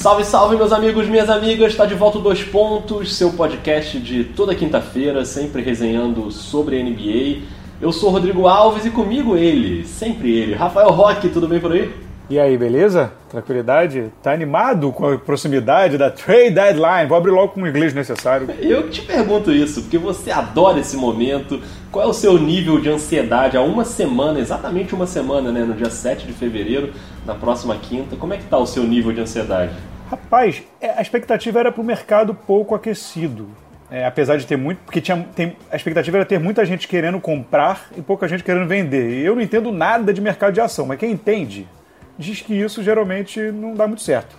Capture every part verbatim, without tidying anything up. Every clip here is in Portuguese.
Salve, salve, meus amigos, minhas amigas, está de volta o Dois Pontos, seu podcast de toda quinta-feira, sempre resenhando sobre N B A. Eu sou o Rodrigo Alves e comigo ele, sempre ele, Rafael Roque, tudo bem por aí? E aí, beleza? Tranquilidade? Tá animado com a proximidade da trade deadline? Vou abrir logo com o inglês necessário. Eu te pergunto isso, porque você adora esse momento. Qual é o seu nível de ansiedade há uma semana, exatamente uma semana, né? No dia sete de fevereiro, na próxima quinta. Como é que tá o seu nível de ansiedade? Rapaz, a expectativa era para o mercado pouco aquecido. É, apesar de ter muito... Porque tinha, tem, a expectativa era ter muita gente querendo comprar e pouca gente querendo vender. E eu não entendo nada de mercado de ação, mas quem entende diz que isso geralmente não dá muito certo.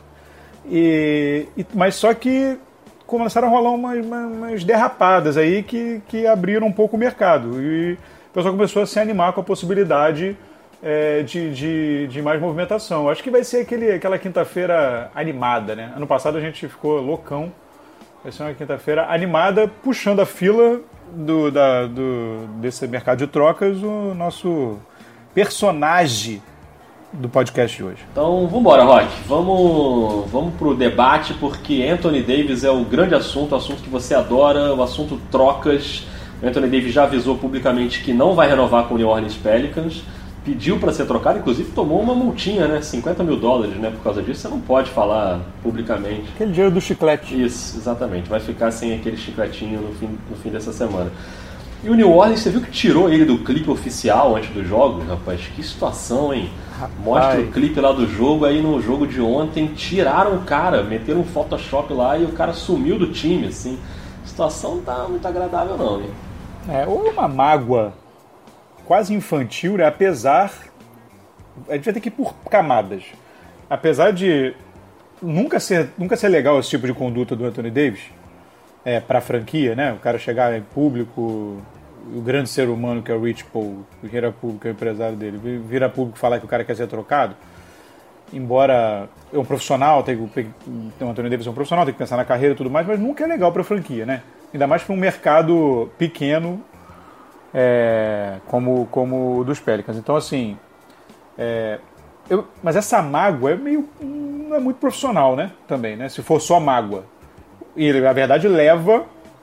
E, e, mas só que começaram a rolar umas, umas derrapadas aí que, que abriram um pouco o mercado. E o pessoal começou a se animar com a possibilidade é, de, de, de mais movimentação. Acho que vai ser aquele, aquela quinta-feira animada, né? Ano passado a gente ficou loucão. Vai ser uma quinta-feira animada, puxando a fila do, da, do, desse mercado de trocas, o nosso personagem do podcast de hoje. Então, vamos embora, Rock. Vamos, vamos pro debate, porque Anthony Davis é o grande assunto, o assunto que você adora, o assunto trocas. O Anthony Davis já avisou publicamente que não vai renovar com o New Orleans Pelicans, pediu para ser trocado, inclusive tomou uma multinha, né? cinquenta mil dólares, né? Por causa disso, você não pode falar publicamente. Aquele dinheiro do chiclete. Isso, exatamente. Vai ficar sem aquele chicletinho no fim, no fim dessa semana. E o New Orleans, você viu que tirou ele do clipe oficial antes do jogo? Rapaz, que situação, hein? Rapaz. Mostra o clipe lá do jogo, aí no jogo de ontem tiraram o cara, meteram um Photoshop lá e o cara sumiu do time, assim. A situação não tá muito agradável não, hein? É, ou uma mágoa quase infantil, né? Apesar... A gente vai ter que ir por camadas. Apesar de nunca ser, nunca ser legal esse tipo de conduta do Anthony Davis, é, para a franquia, né? O cara chegar em público, o grande ser humano que é o Rich Paul, vira público, é o empresário dele, vira público falar que o cara quer ser trocado, embora é um profissional, tem, tem, o Anthony Davis é um profissional, tem que pensar na carreira e tudo mais, mas nunca é legal para a franquia, né? Ainda mais para um mercado pequeno é, como, como o dos Pelicans. Então, assim, é, eu, mas essa mágoa é meio, não é muito profissional, né? Também, né? Se for só mágoa. E, na verdade, leva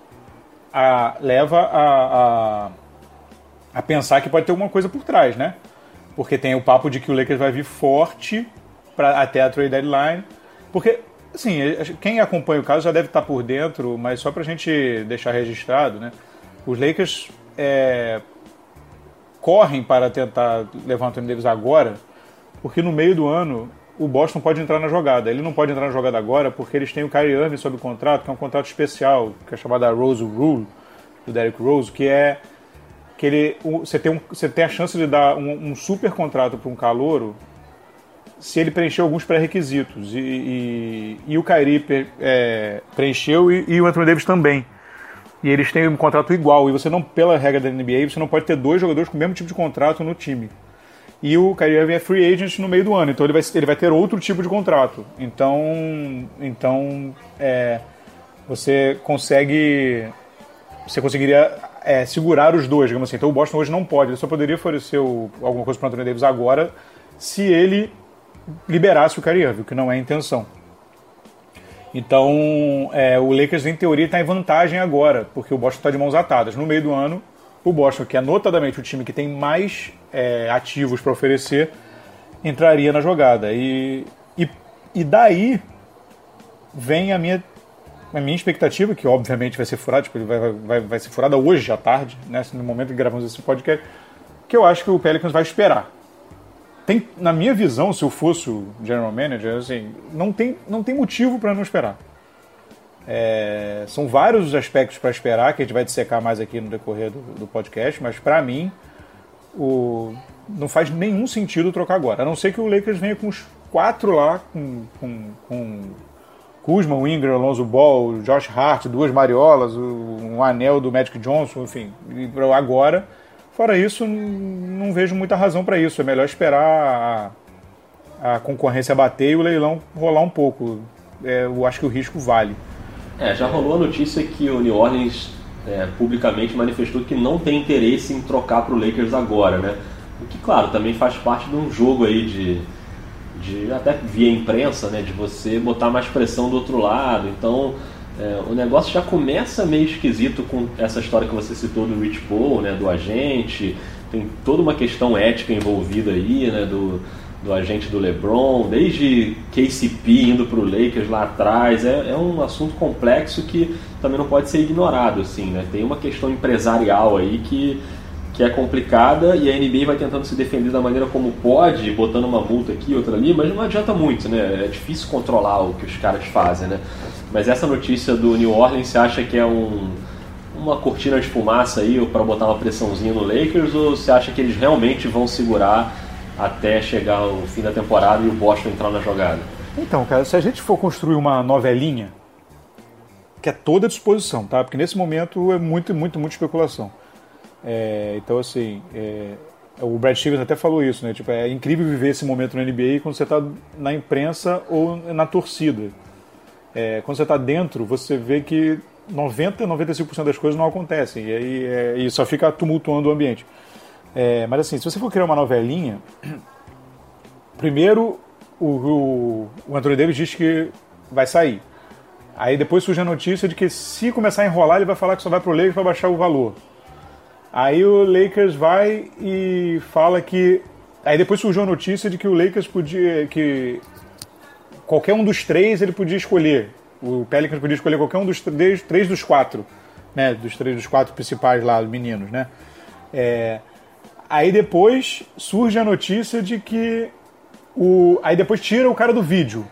a, leva a, a, a pensar que pode ter alguma coisa por trás, né? Porque tem o papo de que o Lakers vai vir forte pra, até a trade deadline. Porque, assim, quem acompanha o caso já deve estar por dentro, mas só pra gente deixar registrado, né? Os Lakers é, correm para tentar levar o Anthony Davis agora, porque no meio do ano o Boston pode entrar na jogada. Ele não pode entrar na jogada agora porque eles têm o Kyrie Irving sob contrato, que é um contrato especial, que é chamado Rose Rule, do Derrick Rose, que é que ele, você, tem um, você tem a chance de dar um, um super contrato para um calouro se ele preencher alguns pré-requisitos. E, e, e o Kyrie é, preencheu e, e o Anthony Davis também. E eles têm um contrato igual. E você não, pela regra da N B A, você não pode ter dois jogadores com o mesmo tipo de contrato no time. E o Kyrie Irving é free agent no meio do ano, então ele vai, ele vai ter outro tipo de contrato. Então, então é, você consegue, você conseguiria é, segurar os dois, digamos assim. Então o Boston hoje não pode, ele só poderia oferecer o, alguma coisa para o Anthony Davis agora se ele liberasse o Kyrie Irving, o que não é a intenção. Então é, o Lakers, em teoria, está em vantagem agora, porque o Boston está de mãos atadas. No meio do ano, o Boston, que é notadamente o time que tem mais é, ativos para oferecer, entraria na jogada. E, e, e daí vem a minha, a minha expectativa, que obviamente vai ser furada, tipo, vai, vai, vai ser furada hoje à tarde, né, no momento que gravamos esse podcast, que eu acho que o Pelicans vai esperar. Tem, na minha visão, se eu fosse o general manager, assim, não tem, não tem motivo para não esperar. É, são vários os aspectos para esperar, que a gente vai dissecar mais aqui no decorrer do, do podcast, mas para mim o, não faz nenhum sentido trocar agora, a não ser que o Lakers venha com os quatro lá, com, com, com Kuzma, o Ingram, Alonzo Ball, Josh Hart, duas mariolas, o, um anel do Magic Johnson, enfim, agora, fora isso, não vejo muita razão para isso, é melhor esperar a, a concorrência bater e o leilão rolar um pouco. É, eu acho que o risco vale. É, já rolou a notícia que o New Orleans é, publicamente manifestou que não tem interesse em trocar para o Lakers agora, né? O que, claro, também faz parte de um jogo aí de, de até via imprensa, né, de você botar mais pressão do outro lado. Então é, o negócio já começa meio esquisito com essa história que você citou do Rich Paul, né, do agente. Tem toda uma questão ética envolvida aí, né, do, do agente do LeBron, desde K C P indo para o Lakers lá atrás. É, é um assunto complexo que também não pode ser ignorado, assim, né? Tem uma questão empresarial aí que que é complicada, e a N B A vai tentando se defender da maneira como pode, botando uma multa aqui, outra ali, mas não adianta muito, né? É difícil controlar o que os caras fazem, né? Mas essa notícia do New Orleans, você acha que é um, uma cortina de fumaça aí para botar uma pressãozinha no Lakers, ou você acha que eles realmente vão segurar até chegar o fim da temporada e o Boston entrar na jogada? Então, cara, se a gente for construir uma novelinha, que é toda à disposição, tá? Porque nesse momento é muito, muito, muito especulação. É, então, assim, é, o Brad Stevens até falou isso, né? Tipo, é incrível viver esse momento na N B A quando você está na imprensa ou na torcida. É, quando você está dentro, você vê que noventa, noventa e cinco por cento das coisas não acontecem, e aí é, e só fica tumultuando o ambiente. É, mas, assim, se você for criar uma novelinha, primeiro o, o, o Anthony Davis diz que vai sair. Aí depois surge a notícia de que se começar a enrolar, ele vai falar que só vai pro Lakers para baixar o valor. Aí o Lakers vai e fala que... Aí depois surgiu a notícia de que o Lakers podia... que qualquer um dos três ele podia escolher. O Pelicans podia escolher qualquer um dos três, três dos quatro. Né? Dos três dos quatro principais lá, os meninos, né? É... Aí depois surge a notícia de que... O... Aí depois tira o cara do vídeo.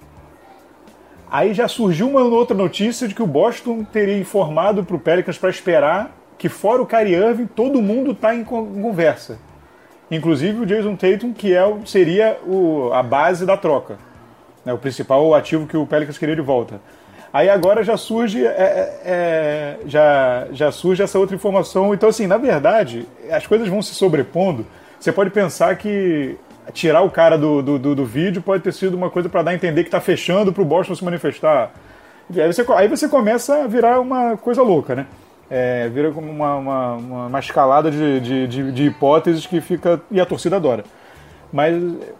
Aí já surgiu uma outra notícia de que o Boston teria informado pro Pelicans para esperar que fora o Kyrie Irving, todo mundo está em conversa. Inclusive o Jason Tatum, que é, seria o, a base da troca. Né, o principal ativo que o Pelicans queria de volta. Aí agora já surge, é, é, já, já surge essa outra informação. Então, assim, na verdade, as coisas vão se sobrepondo. Você pode pensar que tirar o cara do, do, do, do vídeo pode ter sido uma coisa para dar a entender que está fechando para o Boston se manifestar. Aí você, aí você começa a virar uma coisa louca, né? É, vira como uma, uma, uma escalada de, de, de, de hipóteses que fica... E a torcida adora. Mas,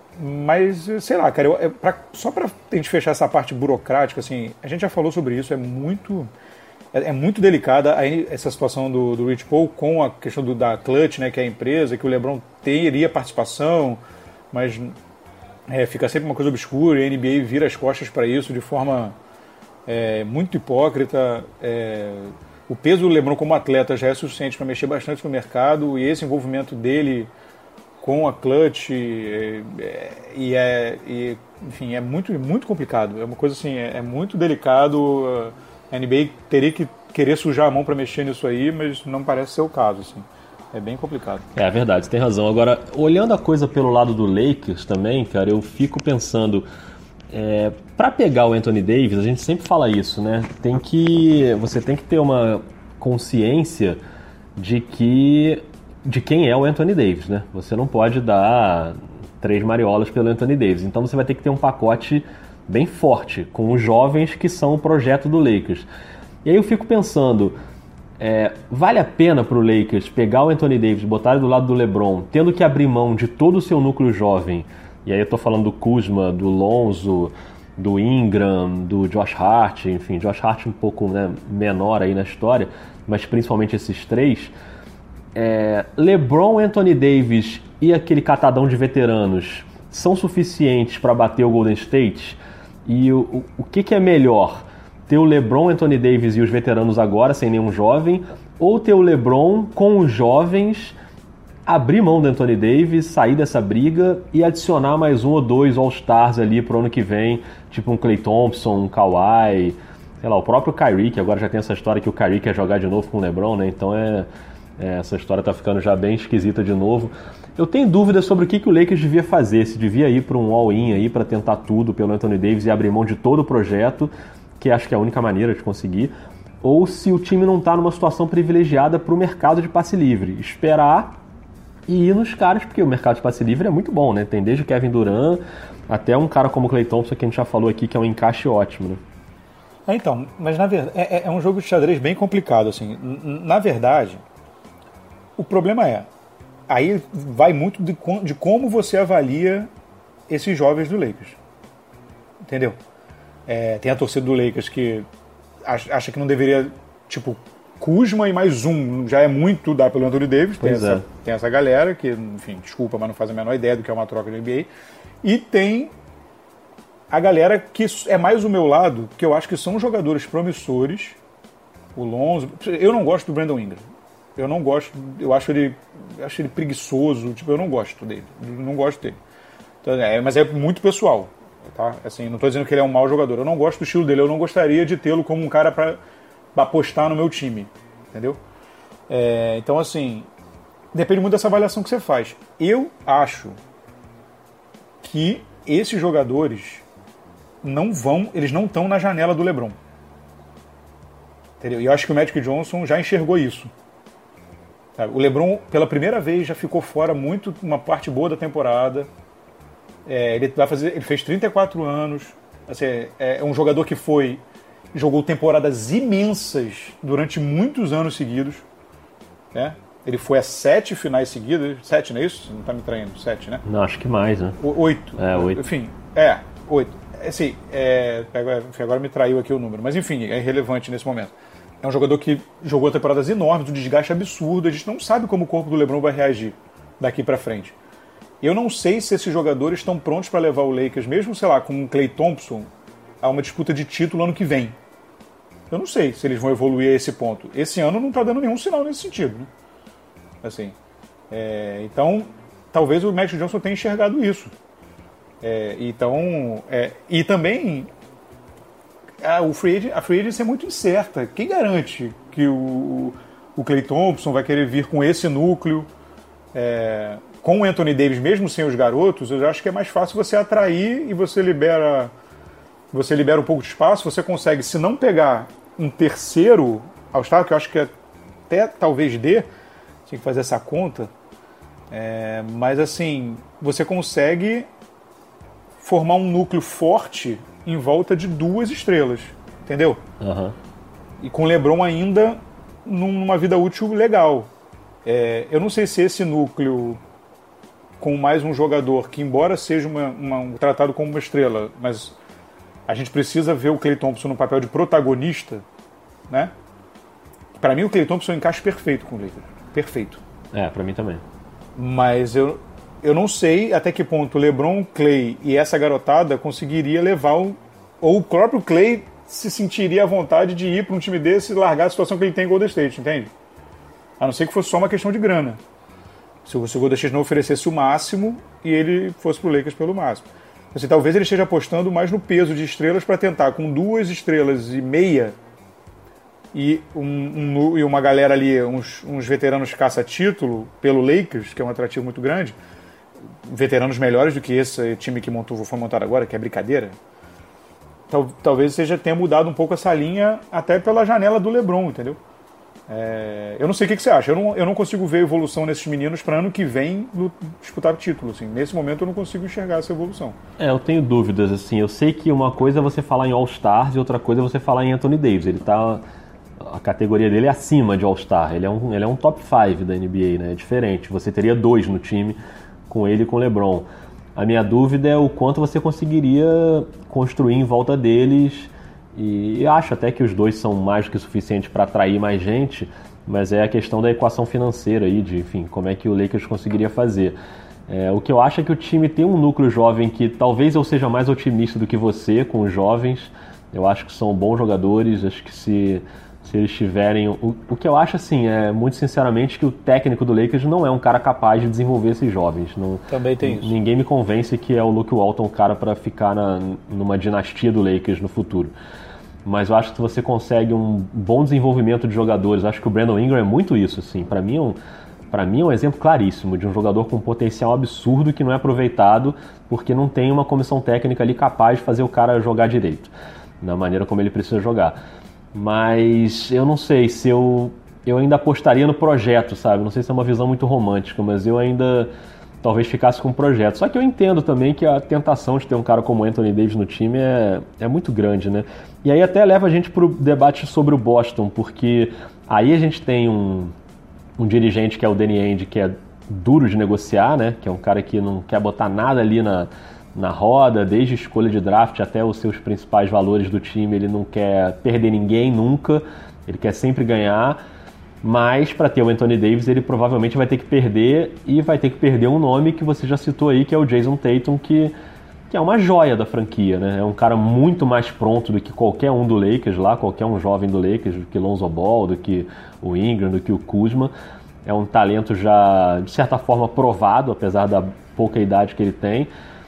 mas sei lá, cara, eu, é pra, só pra gente fechar essa parte burocrática, assim, a gente já falou sobre isso, é muito... É, é muito delicada aí, essa situação do, do Rich Paul com a questão do, da Clutch, né, que é a empresa, que o LeBron teria participação, mas é, fica sempre uma coisa obscura, e a N B A vira as costas para isso de forma é, muito hipócrita. É, o peso do LeBron como atleta já é suficiente para mexer bastante no mercado, e esse envolvimento dele com a Clutch e, e é, e, enfim, é muito, muito complicado. É uma coisa assim, é, é muito delicado. A N B A teria que querer sujar a mão para mexer nisso aí, mas não parece ser o caso, assim. É bem complicado. É, é verdade, você tem razão. Agora, olhando a coisa pelo lado do Lakers também, cara, eu fico pensando... É, para pegar o Anthony Davis, a gente sempre fala isso, né? Tem que, você tem que ter uma consciência de que de quem é o Anthony Davis, né? Você não pode dar três mariolas pelo Anthony Davis. Então você vai ter que ter um pacote bem forte com os jovens que são o projeto do Lakers. E aí eu fico pensando, é, vale a pena para o Lakers pegar o Anthony Davis, botar ele do lado do LeBron, tendo que abrir mão de todo o seu núcleo jovem? E aí eu tô falando do Kuzma, do Lonzo, do Ingram, do Josh Hart, enfim, Josh Hart um pouco, né, menor aí na história, mas principalmente esses três. É, LeBron, Anthony Davis e aquele catadão de veteranos são suficientes para bater o Golden State? E o, o, o que, que é melhor? Ter o LeBron, Anthony Davis e os veteranos agora, sem nenhum jovem, ou ter o LeBron com os jovens, abrir mão do Anthony Davis, sair dessa briga e adicionar mais um ou dois All-Stars ali pro ano que vem, tipo um Klay Thompson, um Kawhi, sei lá, o próprio Kyrie, que agora já tem essa história que o Kyrie quer jogar de novo com o LeBron, né? Então é, é, essa história tá ficando já bem esquisita de novo. Eu tenho dúvidas sobre o que, que o Lakers devia fazer, se devia ir para um all-in aí para tentar tudo pelo Anthony Davis e abrir mão de todo o projeto, que acho que é a única maneira de conseguir, ou se o time não tá numa situação privilegiada para o mercado de passe livre, esperar e ir nos caras, porque o mercado de passe livre é muito bom, né? Tem desde Kevin Durant até um cara como o Klay Thompson, que a gente já falou aqui, que é um encaixe ótimo, né? É, então, mas na verdade é, é um jogo de xadrez bem complicado, assim. Na verdade, o problema é, aí vai muito de, de como você avalia esses jovens do Lakers. Entendeu? É, tem a torcida do Lakers que acha que não deveria, tipo, Kuzma e mais um, já é muito dar pelo Anthony Davis. Tem essa, é. tem essa galera que, enfim, desculpa, mas não faz a menor ideia do que é uma troca de N B A. E tem a galera que é mais o meu lado, que eu acho que são jogadores promissores. O Lonzo. Eu não gosto do Brandon Ingram. Eu não gosto, eu acho ele, eu acho ele preguiçoso, tipo, eu não gosto dele. Não gosto dele. Então, é, mas é muito pessoal. Tá? Assim, não estou dizendo que ele é um mau jogador. Eu não gosto do estilo dele. Eu não gostaria de tê-lo como um cara para apostar no meu time. Entendeu? É, então, assim, depende muito dessa avaliação que você faz. Eu acho que esses jogadores não vão, eles não estão na janela do LeBron. Entendeu? E eu acho que o Magic Johnson já enxergou isso. Sabe? O LeBron, pela primeira vez, já ficou fora muito, uma parte boa da temporada. É, ele, vai fazer, ele fez trinta e quatro anos. Assim, é, é um jogador que foi jogou temporadas imensas durante muitos anos seguidos. Né? Ele foi a sete finais seguidas. Sete, não é isso? Não está me traindo. Sete, né? Não, acho que mais, né? O, oito. É, oito. Enfim, é, oito. Assim, é, agora me traiu aqui o número. Mas enfim, é irrelevante nesse momento. É um jogador que jogou temporadas enormes, um desgaste absurdo. A gente não sabe como o corpo do LeBron vai reagir daqui para frente. Eu não sei se esses jogadores estão prontos para levar o Lakers, mesmo, sei lá, com o Klay Thompson, a uma disputa de título ano que vem. Eu não sei se eles vão evoluir a esse ponto. Esse ano não está dando nenhum sinal nesse sentido. Né? Assim, é, então, talvez o Magic Johnson tenha enxergado isso. É, então, é, e também a, o free, a free agency é muito incerta. Quem garante que o, o Klay Thompson vai querer vir com esse núcleo? É, com o Anthony Davis, mesmo sem os garotos, eu acho que é mais fácil você atrair e você libera, você libera um pouco de espaço, você consegue, se não pegar um terceiro All-Star, que eu acho que até talvez dê, tinha que fazer essa conta, é, mas assim, você consegue formar um núcleo forte em volta de duas estrelas, entendeu? Uhum. E com o LeBron ainda numa vida útil legal. É, eu não sei se esse núcleo com mais um jogador que, embora seja uma, uma, um, tratado como uma estrela, mas a gente precisa ver o Klay Thompson no papel de protagonista, né? Para mim o Klay Thompson encaixa perfeito com o Lakers, perfeito. É, para mim também. Mas eu, eu não sei até que ponto o LeBron, Klay e essa garotada conseguiria levar o, ou o próprio Klay se sentiria à vontade de ir para um time desse e largar a situação que ele tem em Golden State, entende? A não ser que fosse só uma questão de grana. Se o Golden State não oferecesse o máximo e ele fosse pro Lakers pelo máximo. Assim, talvez ele esteja apostando mais no peso de estrelas para tentar, com duas estrelas e meia e, um, um, e uma galera ali, uns, uns veteranos caça-título pelo Lakers, que é um atrativo muito grande, veteranos melhores do que esse time que montou, foi montado agora, que é brincadeira. Tal, talvez seja tenha mudado um pouco essa linha até pela janela do LeBron, entendeu? É, eu não sei o que, que você acha. Eu não, eu não consigo ver evolução nesses meninos para ano que vem no, disputar título. Assim. Nesse momento eu não consigo enxergar essa evolução. É, eu tenho dúvidas. Assim. Eu sei que uma coisa é você falar em All-Stars e outra coisa é você falar em Anthony Davis. Ele tá, a categoria dele é acima de All-Star. Ele é um, ele é um top cinco da N B A, né? É diferente. Você teria dois no time com ele e com o LeBron. A minha dúvida é o quanto você conseguiria construir em volta deles. E acho até que os dois são mais do que suficiente para atrair mais gente, mas é a questão da equação financeira aí, de enfim, como é que o Lakers conseguiria fazer. É, o que eu acho é que o time tem um núcleo jovem que talvez eu seja mais otimista do que você com os jovens. Eu acho que são bons jogadores, acho que se, se eles tiverem... O, o que eu acho, assim, é muito sinceramente que o técnico do Lakers não é um cara capaz de desenvolver esses jovens. Não, Também tem isso. Ninguém me convence que é o Luke Walton o cara para ficar na, numa dinastia do Lakers no futuro. Mas eu acho que você consegue um bom desenvolvimento de jogadores. Acho que o Brandon Ingram é muito isso, assim. Para mim, é um, para mim é um exemplo claríssimo de um jogador com potencial absurdo que não é aproveitado porque não tem uma comissão técnica ali capaz de fazer o cara jogar direito, da maneira como ele precisa jogar. Mas eu não sei se eu, eu ainda apostaria no projeto, sabe? Não sei se é uma visão muito romântica, mas eu ainda talvez ficasse com o projeto. Só que eu entendo também que a tentação de ter um cara como Anthony Davis no time é, é muito grande, né? E aí até leva a gente para o debate sobre o Boston, porque aí a gente tem um, um dirigente que é o Danny Ainge, que é duro de negociar, né? Que é um cara que não quer botar nada ali na, na roda, desde escolha de draft até os seus principais valores do time. Ele não quer perder ninguém nunca, ele quer sempre ganhar, mas para ter o Anthony Davis ele provavelmente vai ter que perder, e vai ter que perder um nome que você já citou aí, que é o Jason Tatum, que, que é uma joia da franquia, né? É um cara muito mais pronto do que qualquer um do Lakers lá, qualquer um jovem do Lakers, do que Lonzo Ball, do que o Ingram, do que o Kuzma. É um talento já, de certa forma, provado, apesar da pouca idade que ele tem.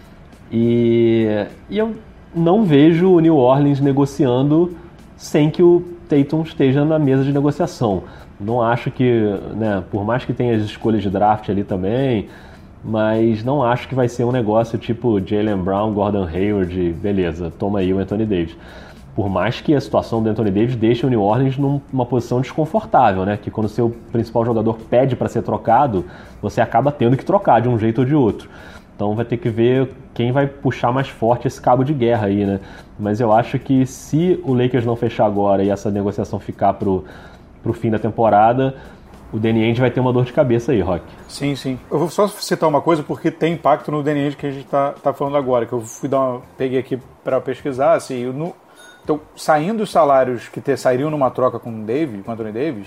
E, e eu não vejo o New Orleans negociando sem que o Tatum esteja na mesa de negociação. Não acho que, né, por mais que tenha as escolhas de draft ali também, mas não acho que vai ser um negócio tipo Jaylen Brown, Gordon Hayward, beleza, toma aí o Anthony Davis. Por mais que a situação do Anthony Davis deixe o New Orleans numa posição desconfortável, né? Que quando o seu principal jogador pede para ser trocado, você acaba tendo que trocar de um jeito ou de outro. Então vai ter que ver quem vai puxar mais forte esse cabo de guerra aí, né? Mas eu acho que se o Lakers não fechar agora e essa negociação ficar pro, pro fim da temporada, o Danny Ainge vai ter uma dor de cabeça aí, Rock. Sim, sim. Eu vou só citar uma coisa porque tem impacto no Danny Ainge que a gente tá, tá falando agora, que eu fui dar uma, peguei aqui para pesquisar, assim, no, então, saindo os salários que ter, sairiam numa troca com o Davis, com o Anthony Davis,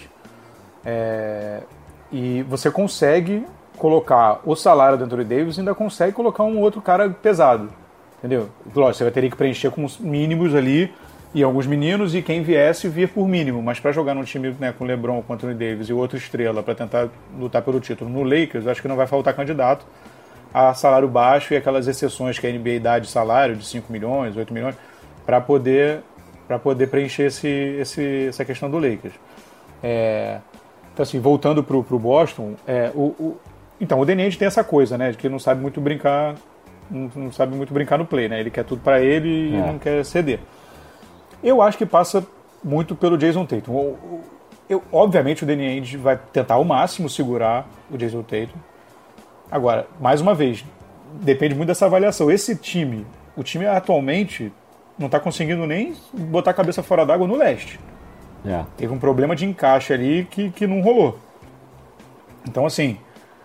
é, e você consegue colocar o salário do Anthony Davis e ainda consegue colocar um outro cara pesado, entendeu? Lógico, você vai ter que preencher com os mínimos ali, e alguns meninos, e quem viesse vir por mínimo, mas para jogar num time, né, com LeBron, com Anthony Davis e outra estrela para tentar lutar pelo título no Lakers, eu acho que não vai faltar candidato a salário baixo e aquelas exceções que a N B A dá de salário de cinco milhões, oito milhões, para poder, para poder preencher esse, esse, essa questão do Lakers. É, então, assim, voltando para o Boston, é, o, o, então, o Danny Ainge tem essa coisa, né, de que não sabe muito brincar, não, não sabe muito brincar no play, né, ele quer tudo para ele e é. não quer ceder. Eu acho que passa muito pelo Jason Tatum. Eu, eu, obviamente o Danny Ainge vai tentar ao máximo segurar o Jason Tatum. Agora, mais uma vez, depende muito dessa avaliação. Esse time, o time atualmente não está conseguindo nem botar a cabeça fora d'água no leste. É. Teve um problema de encaixe ali que, que não rolou. Então, assim,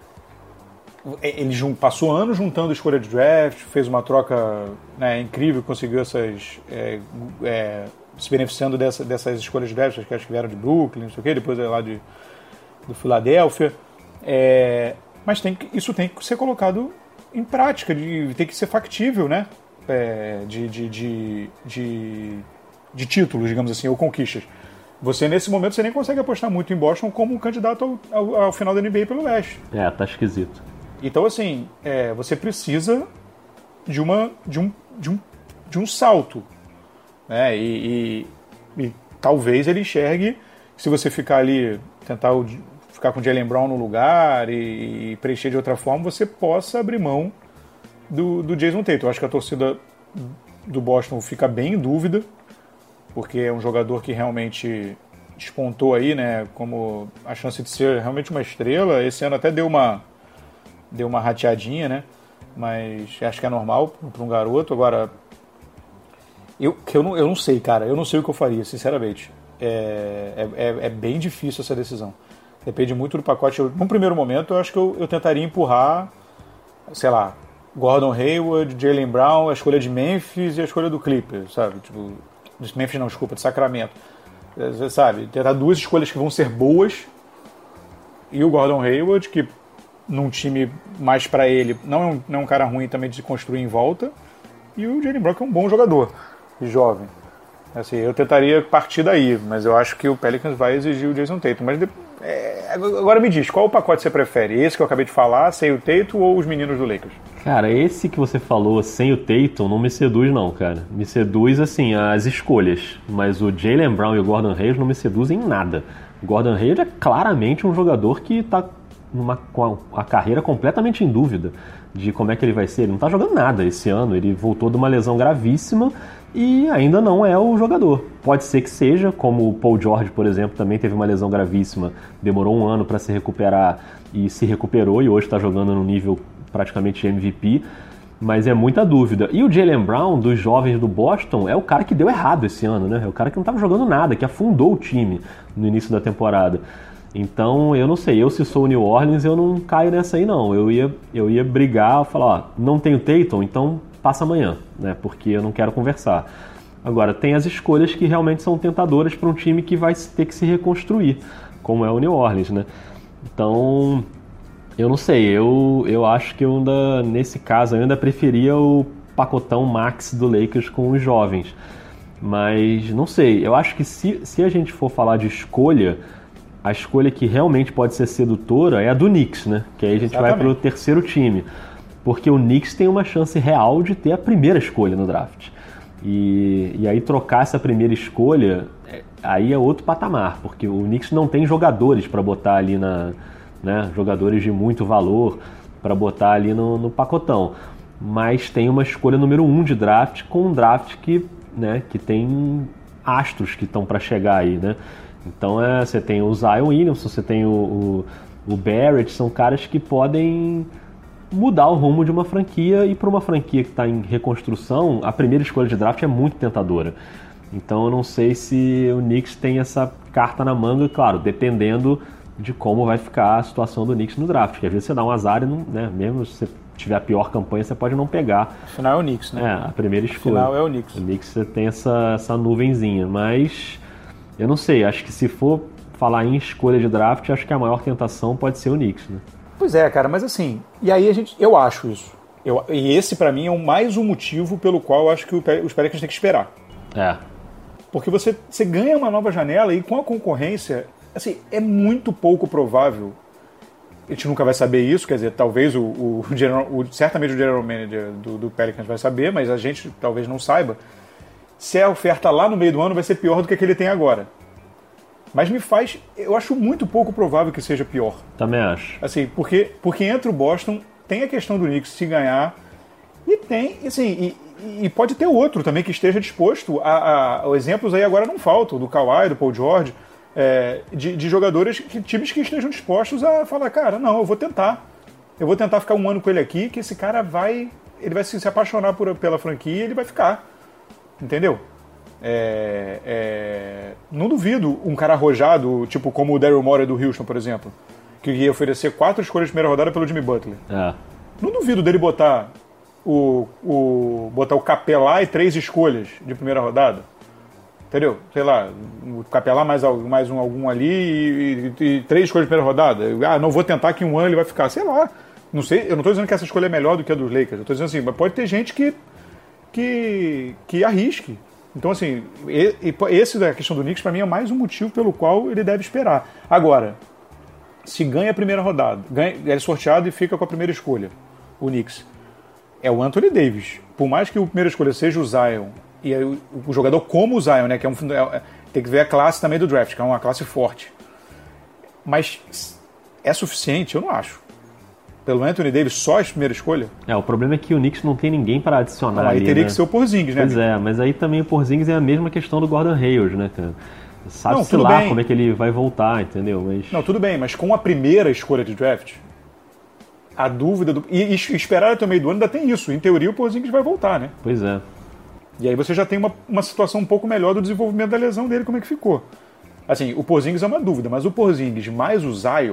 ele passou anos juntando escolha de draft, fez uma troca, né, incrível, conseguiu essas... É, é, se beneficiando dessa, dessas escolhas de draft, acho que acho que vieram de Brooklyn, não sei o quê, depois lá de, do Philadelphia. É, mas tem que, isso tem que ser colocado em prática, de, tem que ser factível, né? É, de, de, de, de, de títulos, digamos assim, ou conquistas. Você, nesse momento, você nem consegue apostar muito em Boston como um candidato ao, ao, ao final da N B A pelo leste. É, tá esquisito. Então, assim, é, você precisa de, uma, de, um, de, um, de um salto. Né? E, e, e talvez ele enxergue, se você ficar ali, tentar o, ficar com o Jaylen Brown no lugar e, e preencher de outra forma, você possa abrir mão do, do Jason Tatum. Eu acho que a torcida do Boston fica bem em dúvida, porque é um jogador que realmente despontou aí, né, como a chance de ser realmente uma estrela. Esse ano até deu uma, deu uma rateadinha, né, mas acho que é normal para um garoto. Agora, eu, eu, não, eu não sei, cara, eu não sei o que eu faria, sinceramente. É, é, é bem difícil essa decisão. Depende muito do pacote. Eu, num primeiro momento, eu acho que eu, eu tentaria empurrar, sei lá, Gordon Hayward, Jaylen Brown, a escolha de Memphis e a escolha do Clippers, sabe? Tipo, de Memphis não, desculpa, de Sacramento. Você sabe, tentar duas escolhas que vão ser boas e o Gordon Hayward, que num time mais pra ele, não é um, não é um cara ruim também de se construir em volta, e o Jaylen Brown, que é um bom jogador, jovem. Assim, eu tentaria partir daí, mas eu acho que o Pelicans vai exigir o Jason Tatum. Mas é, agora me diz, qual o pacote você prefere? Esse que eu acabei de falar, sem o Tatum, ou os meninos do Lakers? Cara, esse que você falou sem o Tatum não me seduz não, cara. Me seduz, assim, as escolhas. Mas o Jaylen Brown e o Gordon Hayward não me seduzem em nada. O Gordon Hayward é claramente um jogador que está numa, com a, a carreira completamente em dúvida de como é que ele vai ser. Ele não está jogando nada esse ano. Ele voltou de uma lesão gravíssima e ainda não é o jogador. Pode ser que seja, como o Paul George, por exemplo, também teve uma lesão gravíssima, demorou um ano para se recuperar e se recuperou e hoje está jogando no nível praticamente M V P, mas é muita dúvida. E o Jaylen Brown, dos jovens do Boston, é o cara que deu errado esse ano, né? É o cara que não estava jogando nada, que afundou o time no início da temporada. Então, eu não sei, eu se sou o New Orleans, eu não caio nessa aí não. Eu ia, eu ia brigar, falar, ó, não tenho Tatum, então passa amanhã, né? Porque eu não quero conversar. Agora, tem as escolhas que realmente são tentadoras para um time que vai ter que se reconstruir, como é o New Orleans, né? Então, eu não sei, eu, eu acho que eu ainda, nesse caso, eu ainda preferia o pacotão max do Lakers com os jovens. Mas, não sei, eu acho que se, se a gente for falar de escolha, a escolha que realmente pode ser sedutora é a do Knicks, né? Que aí a gente Exatamente. vai para o terceiro time. Porque o Knicks tem uma chance real de ter a primeira escolha no draft. E, e aí trocar essa primeira escolha, aí é outro patamar, porque o Knicks não tem jogadores para botar ali na... Né, jogadores de muito valor para botar ali no, no pacotão. Mas tem uma escolha número um de draft com um draft que, né, que tem astros que estão para chegar aí, né? Então é, você tem o Zion Williamson, você tem o, o, o Barrett, são caras que podem mudar o rumo de uma franquia, e para uma franquia que está em reconstrução, a primeira escolha de draft é muito tentadora. Então eu não sei se o Knicks tem essa carta na manga, claro, dependendo de como vai ficar a situação do Knicks no draft, porque às vezes você dá um azar e não, né, mesmo se você tiver a pior campanha, você pode não pegar. Afinal é o Knicks, né? É, a primeira escolha. Afinal é o Knicks. O Knicks você tem essa, essa nuvenzinha, mas eu não sei, acho que se for falar em escolha de draft, acho que a maior tentação pode ser o Knicks, né? Pois é, cara, mas assim, e aí a gente, eu acho isso. Eu, e esse pra mim é o mais um motivo pelo qual eu acho que os Pelicans têm que esperar. É. Porque você, você ganha uma nova janela e com a concorrência, assim, é muito pouco provável. A gente nunca vai saber isso, quer dizer, talvez o, o, general, o certamente o general manager do, do Pelicans vai saber, mas a gente talvez não saiba se a oferta lá no meio do ano vai ser pior do que a que ele tem agora. Mas me faz, eu acho muito pouco provável que seja pior. Também acho. Assim, porque, porque entre o Boston, tem a questão do Knicks se ganhar, e tem, assim, e, e pode ter outro também que esteja disposto a, a, a exemplos aí agora não faltam, do Kawhi, do Paul George, é, de, de jogadores, que, times que estejam dispostos a falar, cara, não, eu vou tentar. Eu vou tentar ficar um ano com ele aqui, que esse cara vai, ele vai se, se apaixonar por, pela franquia e ele vai ficar. Entendeu? É, é, não duvido um cara arrojado, tipo como o Daryl Morey do Houston, por exemplo, que ia oferecer quatro escolhas de primeira rodada pelo Jimmy Butler. É. Não duvido dele botar o, o, botar o Capelá e três escolhas de primeira rodada. Entendeu? Sei lá, o Capelá mais, mais um, algum ali e, e, e três escolhas de primeira rodada. Ah, não vou tentar que um ano ele vai ficar. Sei lá. Não sei, eu não estou dizendo que essa escolha é melhor do que a dos Lakers. Eu estou dizendo assim, mas pode ter gente que, que, que arrisque. Então, assim, esse da questão do Knicks, para mim, é mais um motivo pelo qual ele deve esperar. Agora, se ganha a primeira rodada, ganha, é sorteado e fica com a primeira escolha, o Knicks, é o Anthony Davis. Por mais que a primeira escolha seja o Zion, e o, o jogador como o Zion, né, que é um, é, tem que ver a classe também do draft, que é uma classe forte. Mas é suficiente? Eu não acho. Pelo Anthony Davis, só a primeira escolha? É, o problema é que o Knicks não tem ninguém para adicionar. Não, aí ali, teria né? que ser o Porzingis, né? Pois é, mas aí também o Porzingis é a mesma questão do Gordon Hayward, né, cara? Sabe-se não, lá bem. como é que ele vai voltar, entendeu? Mas... Não, tudo bem, mas com a primeira escolha de draft, a dúvida do... E, e esperar até o meio do ano ainda tem isso. Em teoria, o Porzingis vai voltar, né? Pois é. E aí você já tem uma, uma situação um pouco melhor do desenvolvimento da lesão dele, como é que ficou. Assim, o Porzingis é uma dúvida, mas o Porzingis mais o Zion,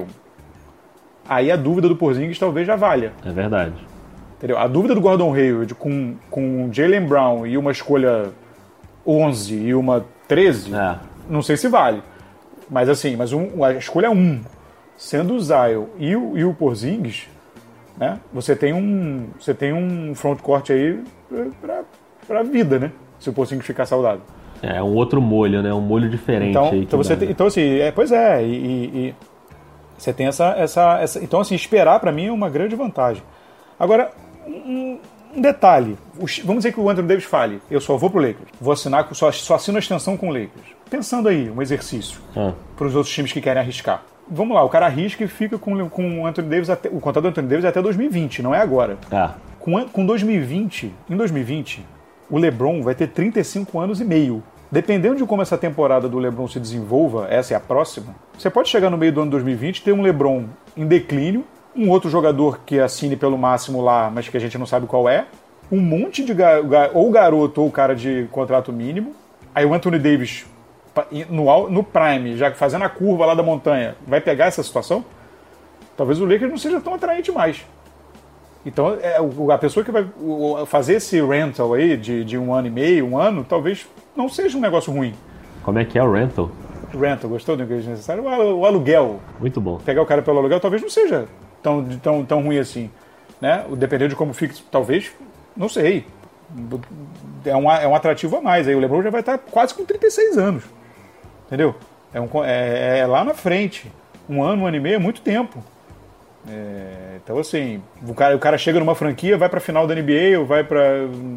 aí a dúvida do Porzingis talvez já valha. É verdade. Entendeu? A dúvida do Gordon Hayward com, com Jaylen Brown e uma escolha onze e uma treze, é. Não sei se vale. Mas assim, mas um, a escolha um, sendo o Zion e o, e o Porzingis, né, você tem um, você tem um frontcourt aí pra, pra vida, né? Se o Porzingis ficar saudável. É, um outro molho, né? Um molho diferente. Então, aí então, dá, você né? tem, então assim, é, pois é, e, e, e você tem essa, essa, essa... Então, assim, esperar pra mim é uma grande vantagem. Agora, um, um detalhe. Vamos dizer que o Anthony Davis fale, eu só vou pro Lakers. Vou assinar, só, só assino a extensão com o Lakers. Pensando aí, um exercício ah. para os outros times que querem arriscar. Vamos lá, o cara arrisca e fica com, com o Anthony Davis, até, o contrato do Anthony Davis é até dois mil e vinte, não é agora. Ah. Com, com dois mil e vinte, em dois mil e vinte, o LeBron vai ter trinta e cinco anos e meio. Dependendo de como essa temporada do LeBron se desenvolva, essa é a próxima, você pode chegar no meio do ano dois mil e vinte e ter um LeBron em declínio, um outro jogador que assine pelo máximo lá, mas que a gente não sabe qual é, um monte de gar, ou garoto ou cara de contrato mínimo, aí o Anthony Davis no, no prime, já fazendo a curva lá da montanha, vai pegar essa situação? Talvez o Lakers não seja tão atraente mais. Então, é, a pessoa que vai fazer esse rental aí de, de um ano e meio, um ano, talvez não seja um negócio ruim. Como é que é o rental? Rental, gostou do inglês necessário? O aluguel. Muito bom. Pegar o cara pelo aluguel talvez não seja tão, tão, tão ruim assim. Né? Dependendo de como fica, talvez, não sei. É um, é um atrativo a mais. Aí o LeBron já vai estar quase com trinta e seis anos. Entendeu? É, um, é, é lá na frente. Um ano, um ano e meio é muito tempo. É, então, assim, o cara, o cara chega numa franquia, vai pra final da N B A ou vai pra.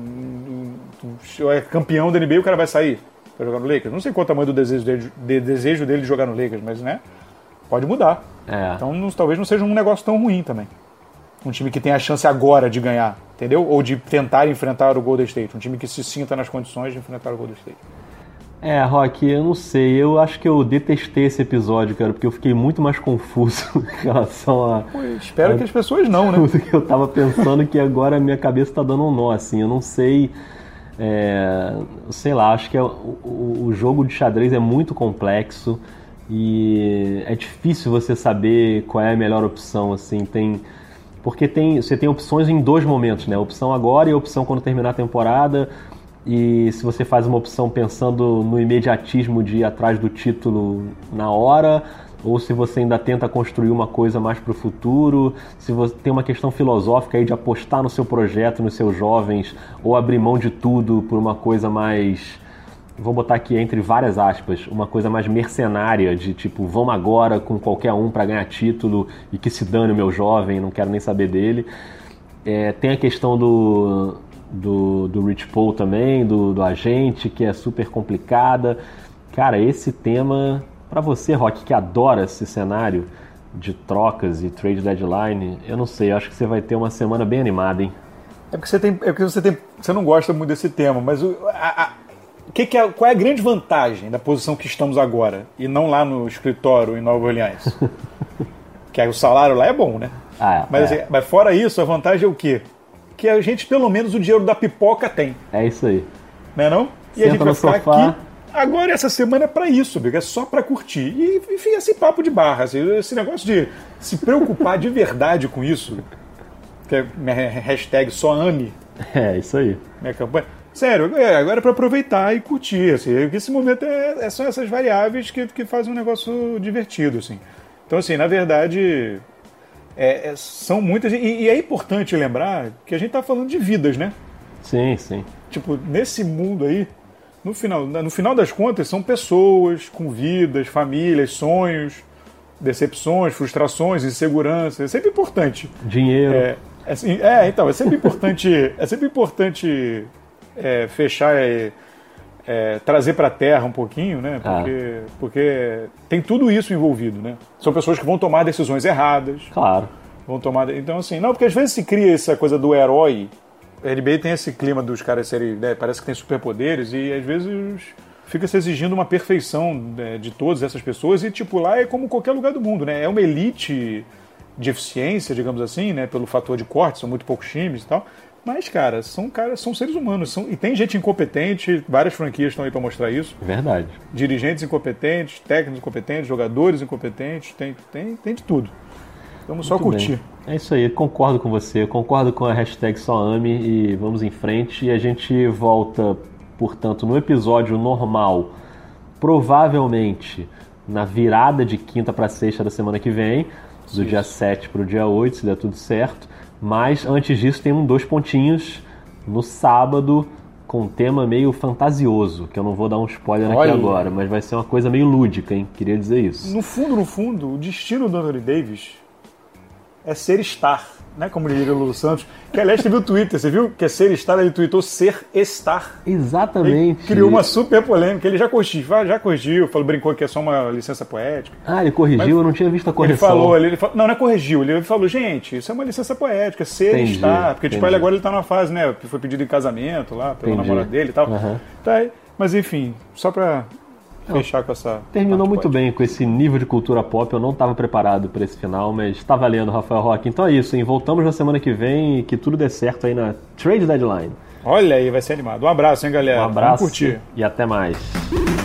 É campeão da N B A e o cara vai sair pra jogar no Lakers. Não sei qual é o tamanho do desejo dele de, desejo dele de jogar no Lakers, mas, né? Pode mudar. É. Então, não, talvez não seja um negócio tão ruim também. Um time que tem a chance agora de ganhar, entendeu? Ou de tentar enfrentar o Golden State. Um time que se sinta nas condições de enfrentar o Golden State. É, Rock, eu não sei, eu acho que eu detestei esse episódio, cara, porque eu fiquei muito mais confuso em relação a... Pô, espero a, que as pessoas não, né? Tudo que eu tava pensando, que agora a minha cabeça tá dando um nó, assim, eu não sei, é, sei lá, acho que é, o, o jogo de xadrez é muito complexo e é difícil você saber qual é a melhor opção, assim, tem... Porque tem, você tem opções em dois momentos, né? Opção agora e opção quando terminar a temporada. E se você faz uma opção pensando no imediatismo de ir atrás do título na hora, ou se você ainda tenta construir uma coisa mais para o futuro, se você tem uma questão filosófica aí de apostar no seu projeto, nos seus jovens, ou abrir mão de tudo por uma coisa mais, vou botar aqui entre várias aspas, uma coisa mais mercenária, de tipo, vamos agora com qualquer um para ganhar título e que se dane o meu jovem, não quero nem saber dele. É, tem a questão do... Do, do Rich Paul também, do, do agente, que é super complicada. Cara, esse tema, pra você, Rock, que adora esse cenário de trocas e trade deadline, eu não sei, eu acho que você vai ter uma semana bem animada, hein? É porque você, tem, é porque você, tem, você não gosta muito desse tema, mas o, a, a, que que é, qual é a grande vantagem da posição que estamos agora, e não lá no escritório em Nova Orleans? Que aí o salário lá é bom, né? Ah, mas, é. assim, mas fora isso, a vantagem é o quê? Que a gente, pelo menos, o dinheiro da pipoca tem. É isso aí. Não é não? E Senta a gente vai ficar sofá. aqui. Agora, essa semana é pra isso, amigo. É só pra curtir. E, enfim, esse papo de barra. Assim, esse negócio de se preocupar de verdade com isso. Que é minha hashtag só ame. É, isso aí. Minha campanha. Sério, é, agora é pra aproveitar e curtir. Assim, esse momento é, é só essas variáveis que, que fazem um negócio divertido. Assim. Então, assim, na verdade... É, é, são muitas, e, e é importante lembrar que a gente está falando de vidas, né? Sim, sim. Tipo, nesse mundo aí, no final, no final das contas, são pessoas com vidas, famílias, sonhos, decepções, frustrações, inseguranças. É sempre importante. Dinheiro. É, é, é então, é sempre importante, é sempre importante é, fechar e é, trazer para a terra um pouquinho, né? Porque, ah. porque tem tudo isso envolvido, né? São pessoas que vão tomar decisões erradas. Claro. Vão tomar... Então, assim, não, porque às vezes se cria essa coisa do herói. A N B A tem esse clima dos caras serem, né, parece que tem superpoderes e às vezes fica se exigindo uma perfeição, né, de todas essas pessoas e, tipo, lá é como qualquer lugar do mundo, né? É uma elite de eficiência, digamos assim, né? Pelo fator de corte, são muito poucos times e tal. Mas, cara, são, cara, são seres humanos. São, e tem gente incompetente, várias franquias estão aí para mostrar isso. Verdade. Dirigentes incompetentes, técnicos incompetentes, jogadores incompetentes, tem, tem, tem de tudo. Vamos só Muito curtir. Bem. É isso aí, concordo com você. Concordo com a hashtag só ame e vamos em frente. E a gente volta, portanto, no episódio normal, provavelmente na virada de quinta para sexta da semana que vem, do isso. dia sete para o dia oito, se der tudo certo. Mas antes disso tem um dois pontinhos no sábado com um tema meio fantasioso, que eu não vou dar um spoiler Olha. aqui agora, mas vai ser uma coisa meio lúdica, hein? Queria dizer isso. No fundo, no fundo, o destino do Anthony Davis é ser estar, né? Como diria o Lulu Santos. Que aliás teve o Twitter, você viu? Que é ser estar, ele tweetou ser estar. Exatamente. Ele criou uma super polêmica, ele já corrigiu, já corrigiu, falou, brincou que é só uma licença poética. Ah, ele corrigiu, mas eu não tinha visto a correção. Ele falou, ele, ele falou, não, não é corrigiu, ele falou, gente, isso é uma licença poética, ser entendi, estar. Porque, entendi. tipo, ele agora ele tá numa fase, né? Foi pedido em casamento lá, pelo entendi. namorado dele e tal. Uhum. Tá, mas enfim, só pra fechar com essa... Terminou muito pode. bem com esse nível de cultura pop. Eu não estava preparado para esse final, mas está valendo, Rafael Roque. Então é isso, hein? Voltamos na semana que vem e que tudo dê certo aí na Trade Deadline. Olha aí, vai ser animado. Um abraço, hein, galera? Um abraço Vamos curtir. E até mais.